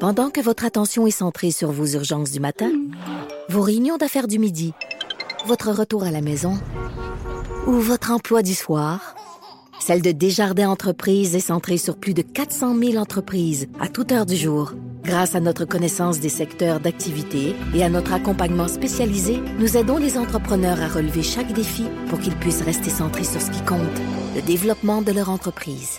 Pendant que votre attention est centrée sur vos urgences du matin, vos réunions d'affaires du midi, votre retour à la maison ou votre emploi du soir, celle de Desjardins Entreprises est centrée sur plus de 400 000 entreprises à toute heure du jour. Grâce à notre connaissance des secteurs d'activité et à notre accompagnement spécialisé, nous aidons les entrepreneurs à relever chaque défi pour qu'ils puissent rester centrés sur ce qui compte, le développement de leur entreprise.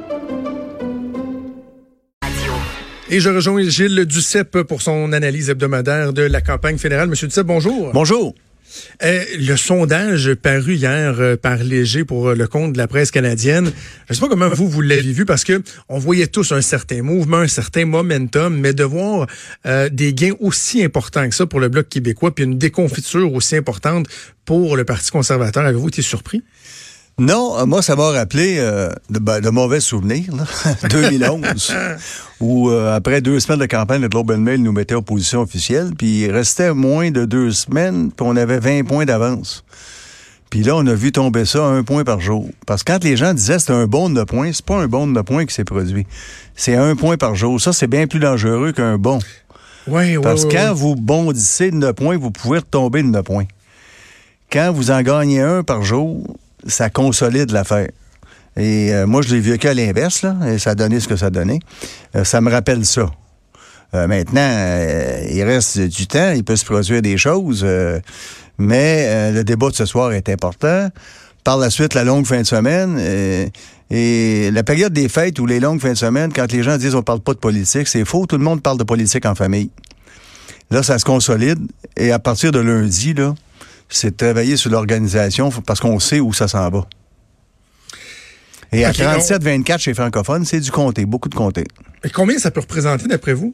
Et je rejoins Gilles Duceppe pour son analyse hebdomadaire de la campagne fédérale. Monsieur Duceppe, bonjour. Bonjour. Le sondage paru hier par Léger pour le compte de la presse canadienne, je ne sais pas comment vous l'avez vu, parce que on voyait tous un certain mouvement, un certain momentum, mais de voir des gains aussi importants que ça pour le Bloc québécois, puis une déconfiture aussi importante pour le Parti conservateur, avez-vous été surpris? Non, moi, ça m'a rappelé de mauvais souvenirs, là. 2011, où après 2 semaines de campagne, le Globe and Mail nous mettait en position officielle, puis il restait moins de 2 semaines, puis on avait 20 points d'avance. Puis là, on a vu tomber ça 1 point par jour. Parce que quand les gens disaient c'est un bond de points, c'est pas un bond de points qui s'est produit. C'est 1 point par jour. Ça, c'est bien plus dangereux qu'un bond. Parce que quand vous bondissez de 9 points, vous pouvez retomber de 9 points. Quand vous en gagnez 1 par jour, ça consolide l'affaire. Et moi, je l'ai vécu à l'inverse, là, et ça a donné ce que ça a donné. Ça me rappelle ça. Maintenant, il reste du temps, il peut se produire des choses, mais le débat de ce soir est important. Par la suite, la longue fin de semaine, et la période des fêtes ou les longues fins de semaine, quand les gens disent on parle pas de politique, c'est faux, tout le monde parle de politique en famille. Là, ça se consolide, et à partir de lundi, là, c'est de travailler sur l'organisation parce qu'on sait où ça s'en va. Et à 37-24 chez francophones, c'est du comté, beaucoup de comté. Et combien ça peut représenter d'après vous?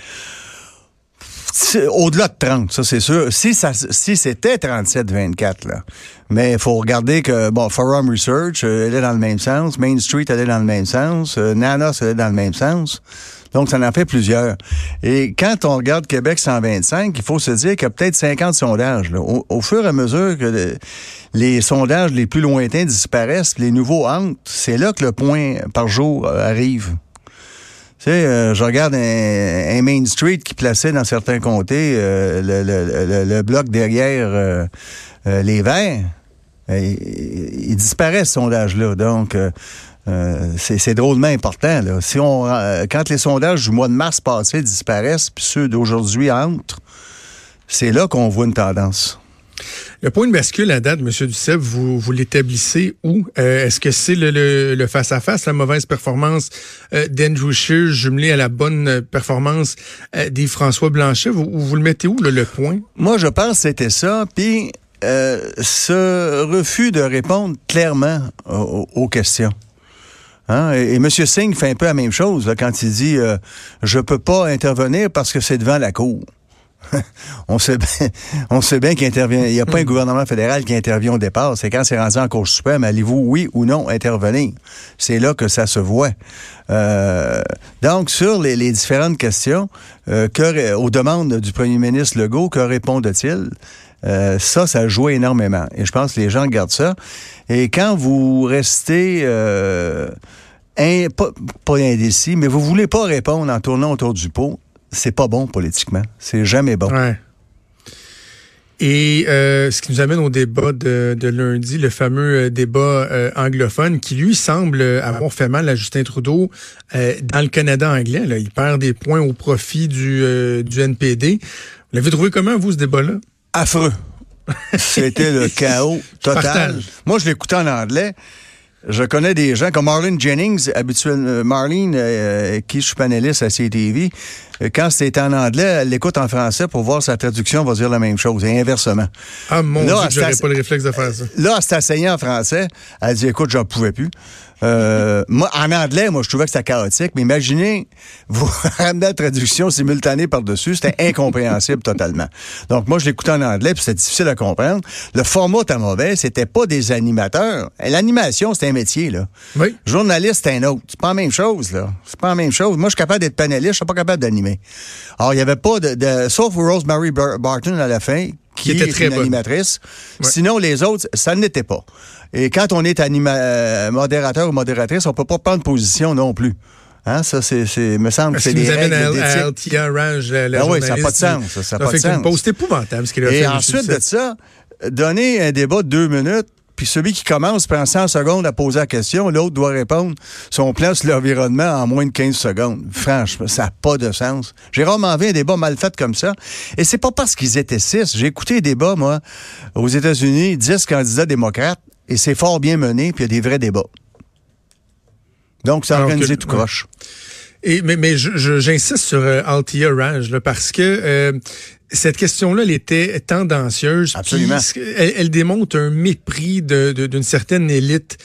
Au-delà de 30, ça c'est sûr. Si c'était 37-24, là. Mais il faut regarder que, Forum Research, elle est dans le même sens. Main Street, elle est dans le même sens. Nanos, elle est dans le même sens. Donc, ça en fait plusieurs. Et quand on regarde Québec 125, il faut se dire qu'il y a peut-être 50 sondages. Là. Au fur et à mesure que les sondages les plus lointains disparaissent, les nouveaux entrent, c'est là que le point par jour arrive. Tu sais, je regarde un Main Street qui plaçait dans certains comtés le bloc derrière les Verts. Il disparaît, ce sondage-là. Donc, c'est drôlement important, là. Quand les sondages du mois de mars passé disparaissent, puis ceux d'aujourd'hui entrent, c'est là qu'on voit une tendance. Le point de bascule à date, M. Duceppe, vous l'établissez où? Est-ce que c'est le face-à-face, la mauvaise performance d'Andrew Scheer jumelée à la bonne performance d'Yves-François Blanchet? Vous le mettez où, le point? Moi, je pense que c'était ça, puis ce refus de répondre clairement aux questions. Hein? Et M. Singh fait un peu la même chose là, quand il dit je peux pas intervenir parce que c'est devant la Cour. On sait bien qu'il intervient. Il n'y a pas un gouvernement fédéral qui intervient au départ. C'est quand c'est rendu en Cour suprême, allez-vous, oui ou non, intervenir? C'est là que ça se voit. Donc, sur les différentes questions, aux demandes du premier ministre Legault, que répondent-ils? Ça joue énormément. Et je pense que les gens regardent ça. Et quand vous restez pas indécis, mais vous voulez pas répondre en tournant autour du pot, c'est pas bon politiquement. C'est jamais bon. Ouais. Et ce qui nous amène au débat de lundi, le fameux débat anglophone qui, lui, semble avoir fait mal à Justin Trudeau dans le Canada anglais. Là. Il perd des points au profit du NPD. Vous l'avez trouvé comment, vous, ce débat-là? Affreux. C'était le chaos total. Moi, je l'écoutais en anglais. Je connais des gens comme Marlene Jennings, habituellement, Marlene, qui je suis panéliste à CTV. Quand c'était en anglais, elle l'écoute en français pour voir sa traduction va dire la même chose, et inversement. Ah mon Dieu, j'aurais pas le réflexe de faire ça. Là, elle s'est asseyée en français. Elle dit, écoute, j'en pouvais plus. Moi, en anglais, je trouvais que c'était chaotique, mais imaginez, vous ramenez la traduction simultanée par-dessus, c'était incompréhensible totalement. Donc, moi, je l'écoutais en anglais, puis c'était difficile à comprendre. Le format était mauvais, c'était pas des animateurs. L'animation, c'est un métier, là. Oui. Journaliste, c'est un autre. C'est pas la même chose, là. C'est pas la même chose. Moi, je suis capable d'être panéliste, je suis pas capable d'animer. Alors, il y avait pas sauf Rosemary Barton à la fin, qui était très bonne animatrice. Ouais. Sinon, les autres, ça n'était pas. Et quand on est modérateur ou modératrice, on peut pas prendre position non plus. Hein, ça, me semble que c'est des règles d'éthique. À Althia Raj, la oui, ça n'a pas de sens. Ça n'a pas de sens. C'est une pause épouvantable, ce qu'il a fait. Et ensuite de ça, donner un débat de 2 minutes, puis celui qui commence prend 100 secondes à poser la question, l'autre doit répondre son plan sur l'environnement en moins de 15 secondes. Franchement, ça n'a pas de sens. J'ai rarement vu un débat mal fait comme ça. Et c'est pas parce qu'ils étaient 6. J'ai écouté des débats, moi, aux États-Unis, 10 candidats démocrates, et c'est fort bien mené, puis il y a des vrais débats. Donc, c'est organisé tout croche. Mais j'insiste sur Althia Raj, là, parce que cette question-là, elle était tendancieuse. Absolument. Elle démontre un mépris d'une certaine élite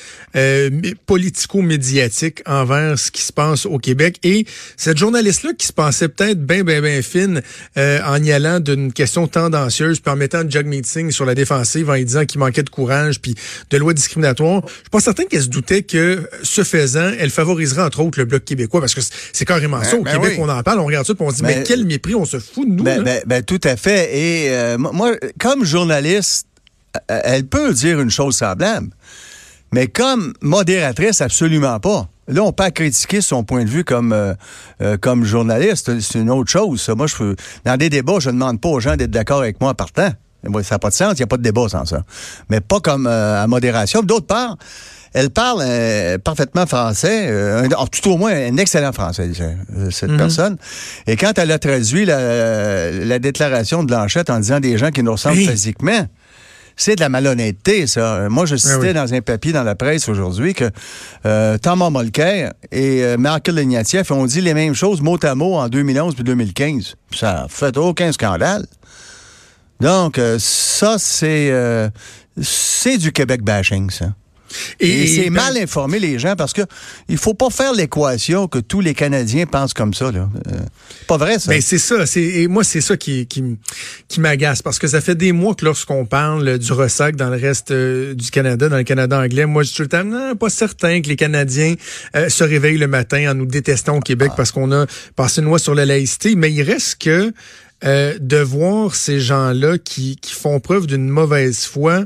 politico-médiatique envers ce qui se passe au Québec. Et cette journaliste-là qui se pensait peut-être bien fine en y allant d'une question tendancieuse, puis en mettant Jagmeet Singh sur la défensive, en lui disant qu'il manquait de courage, puis de lois discriminatoires, je suis pas certain qu'elle se doutait que, ce faisant, elle favoriserait entre autres le Bloc québécois, parce que c'est carrément ça. Au Québec, oui. On en parle, on regarde ça, puis on se dit, mais quel mépris, on se fout de nous. Tout à fait. Et moi, comme journaliste, elle peut dire une chose semblable, mais comme modératrice, absolument pas. Là, on peut critiquer son point de vue comme journaliste. C'est une autre chose. Ça. Moi, dans des débats, je ne demande pas aux gens d'être d'accord avec moi en partant. Ça n'a pas de sens. Il n'y a pas de débat sans ça. Mais pas comme à modération. D'autre part, elle parle parfaitement français, tout au moins un excellent français, cette personne. Et quand elle a traduit la déclaration de Blanchette en disant des gens qui nous ressemblent physiquement, c'est de la malhonnêteté, ça. Moi, je citais dans un papier dans la presse aujourd'hui que Thomas Mulcair et Michael Ignatieff ont dit les mêmes choses mot à mot en 2011 puis 2015. Ça a fait aucun scandale. Donc, ça, c'est du Québec bashing, ça. Et c'est mal informer les gens parce que il faut pas faire l'équation que tous les Canadiens pensent comme ça. Là. Pas vrai, ça. Mais c'est ça. Et moi, c'est ça qui m'agace parce que ça fait des mois que lorsqu'on parle du ressac dans le reste du Canada, dans le Canada anglais, moi, je suis tout le temps pas certain que les Canadiens se réveillent le matin en nous détestant au Québec parce qu'on a passé une loi sur la laïcité. Mais il reste que de voir ces gens-là qui font preuve d'une mauvaise foi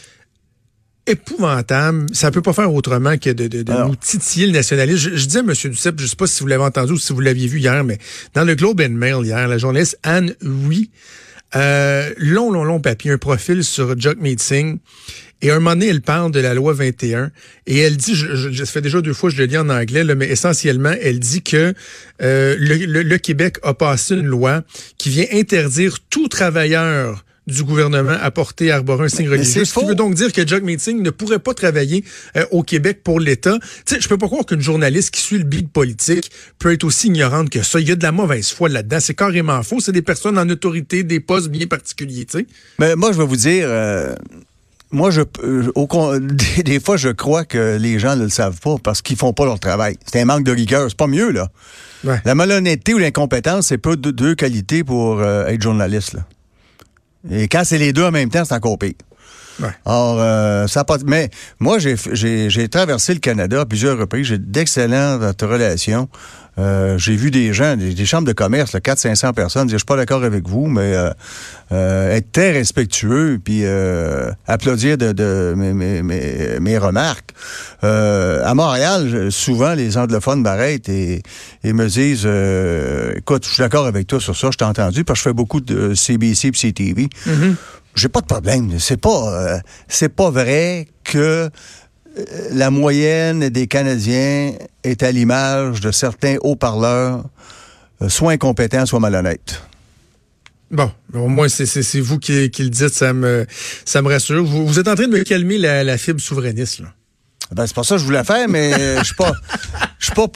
épouvantable. Ça peut pas faire autrement que de nous titiller le nationalisme. Je dis à M. Duceppe, je sais pas si vous l'avez entendu ou si vous l'aviez vu hier, mais dans le Globe and Mail hier, la journaliste Anne Hui, long papier, un profil sur Jagmeet Singh. Et à un moment donné, elle parle de la loi 21 et elle dit, ça fait déjà 2 fois que je le lis en anglais, là, mais essentiellement, elle dit que le Québec a passé une loi qui vient interdire tout travailleur du gouvernement à porter, à arborer un signe religieux. Ce qui veut donc dire que Jagmeet Singh ne pourrait pas travailler au Québec pour l'État. Tu sais, je peux pas croire qu'une journaliste qui suit le bid politique peut être aussi ignorante que ça. Il y a de la mauvaise foi là-dedans. C'est carrément faux. C'est des personnes en autorité, des postes bien particuliers, tu sais. Mais moi, je vais vous dire... Moi, des fois, je crois que les gens ne le savent pas parce qu'ils font pas leur travail. C'est un manque de rigueur. C'est pas mieux, là. Ouais. La malhonnêteté ou l'incompétence, c'est pas deux qualités pour être journaliste, là. Et quand c'est les deux en même temps, c'est encore pire. Ouais. Or, ça pas. Mais moi, j'ai traversé le Canada à plusieurs reprises. J'ai d'excellentes relations. J'ai vu des gens, des chambres de commerce, 400-500 personnes, dire je suis pas d'accord avec vous, mais être très respectueux, puis applaudir de mes remarques. À Montréal, souvent les anglophones m'arrêtent et me disent écoute, je suis d'accord avec toi sur ça, je t'ai entendu, parce que je fais beaucoup de CBC et CTV. Mm-hmm. J'ai pas de problème. C'est pas vrai que la moyenne des Canadiens est à l'image de certains haut-parleurs, soit incompétents, soit malhonnêtes. Bon, au moins c'est vous qui le dites, ça me rassure. Vous êtes en train de me calmer la fibre souverainiste, là. Ben, c'est pas ça que je voulais faire, mais je suis pas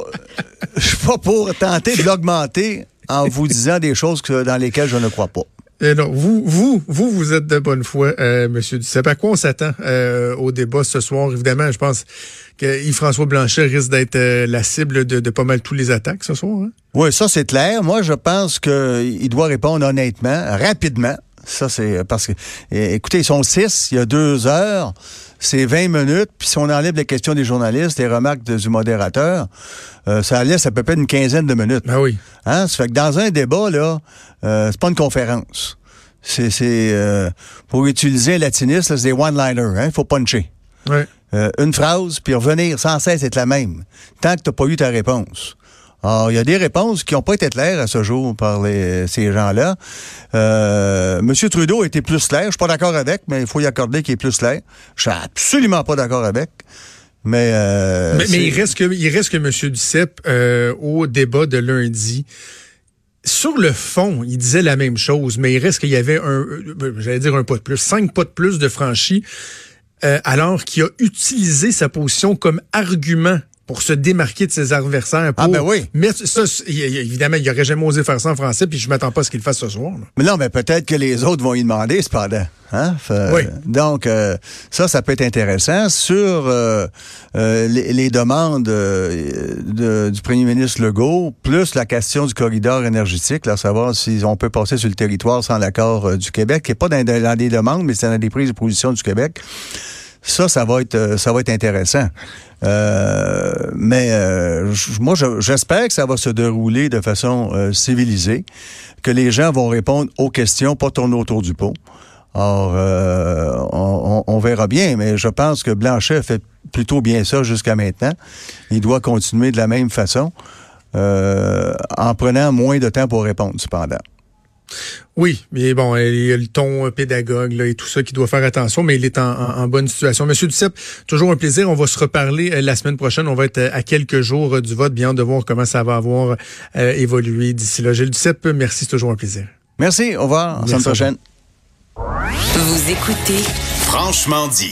pour tenter de l'augmenter en vous disant des choses dans lesquelles je ne crois pas. Non, vous êtes de bonne foi, Monsieur Duceppe. À quoi on s'attend au débat ce soir? Évidemment, je pense que Yves-François Blanchet risque d'être la cible de pas mal tous les attaques ce soir. Hein? Oui, ça c'est clair. Moi, je pense qu'il doit répondre honnêtement, rapidement. Ça, c'est parce que, écoutez, ils sont 6, il y a 2 heures, c'est 20 minutes, puis si on enlève les questions des journalistes, les remarques du modérateur, ça laisse à peu près une quinzaine de minutes. Ah oui. Hein? Ça fait que dans un débat, là, c'est pas une conférence. C'est pour utiliser un latiniste, là, c'est des one-liners, hein? Il faut puncher. Ouais. une phrase, puis revenir sans cesse être la même, tant que tu n'as pas eu ta réponse. Alors, il y a des réponses qui n'ont pas été claires à ce jour par ces gens-là. M. Trudeau a été plus clair. Je suis pas d'accord avec, mais il faut y accorder qu'il est plus clair. Je suis absolument pas d'accord avec. Mais il reste que M. Duceppe, au débat de lundi, sur le fond, il disait la même chose, mais il reste qu'il y avait un pas de plus, 5 pas de plus de franchi, alors qu'il a utilisé sa position comme argument pour se démarquer de ses adversaires. Mettre ça, évidemment, il n'aurait jamais osé faire ça en français, puis je ne m'attends pas à ce qu'il le fasse ce soir. Là. Mais non, mais peut-être que les autres vont y demander, cependant. Hein? Oui. Donc, ça peut être intéressant. Sur les demandes du premier ministre Legault, plus la question du corridor énergétique, là, savoir si on peut passer sur le territoire sans l'accord du Québec, qui n'est pas dans des demandes, mais c'est dans des prises de position du Québec. Ça va être intéressant. Moi, j'espère que ça va se dérouler de façon civilisée, que les gens vont répondre aux questions, pas tourner autour du pot. Or, on verra bien, mais je pense que Blanchet fait plutôt bien ça jusqu'à maintenant. Il doit continuer de la même façon, en prenant moins de temps pour répondre, cependant. Oui, mais bon, il y a le ton pédagogue là, et tout ça qui doit faire attention, mais il est en bonne situation. Monsieur Duceppe, toujours un plaisir. On va se reparler la semaine prochaine. On va être à quelques jours du vote. Bien de voir comment ça va avoir évolué d'ici là. Gilles Duceppe, merci, c'est toujours un plaisir. Merci, au revoir, à la semaine prochaine. Vous écoutez Franchement dit.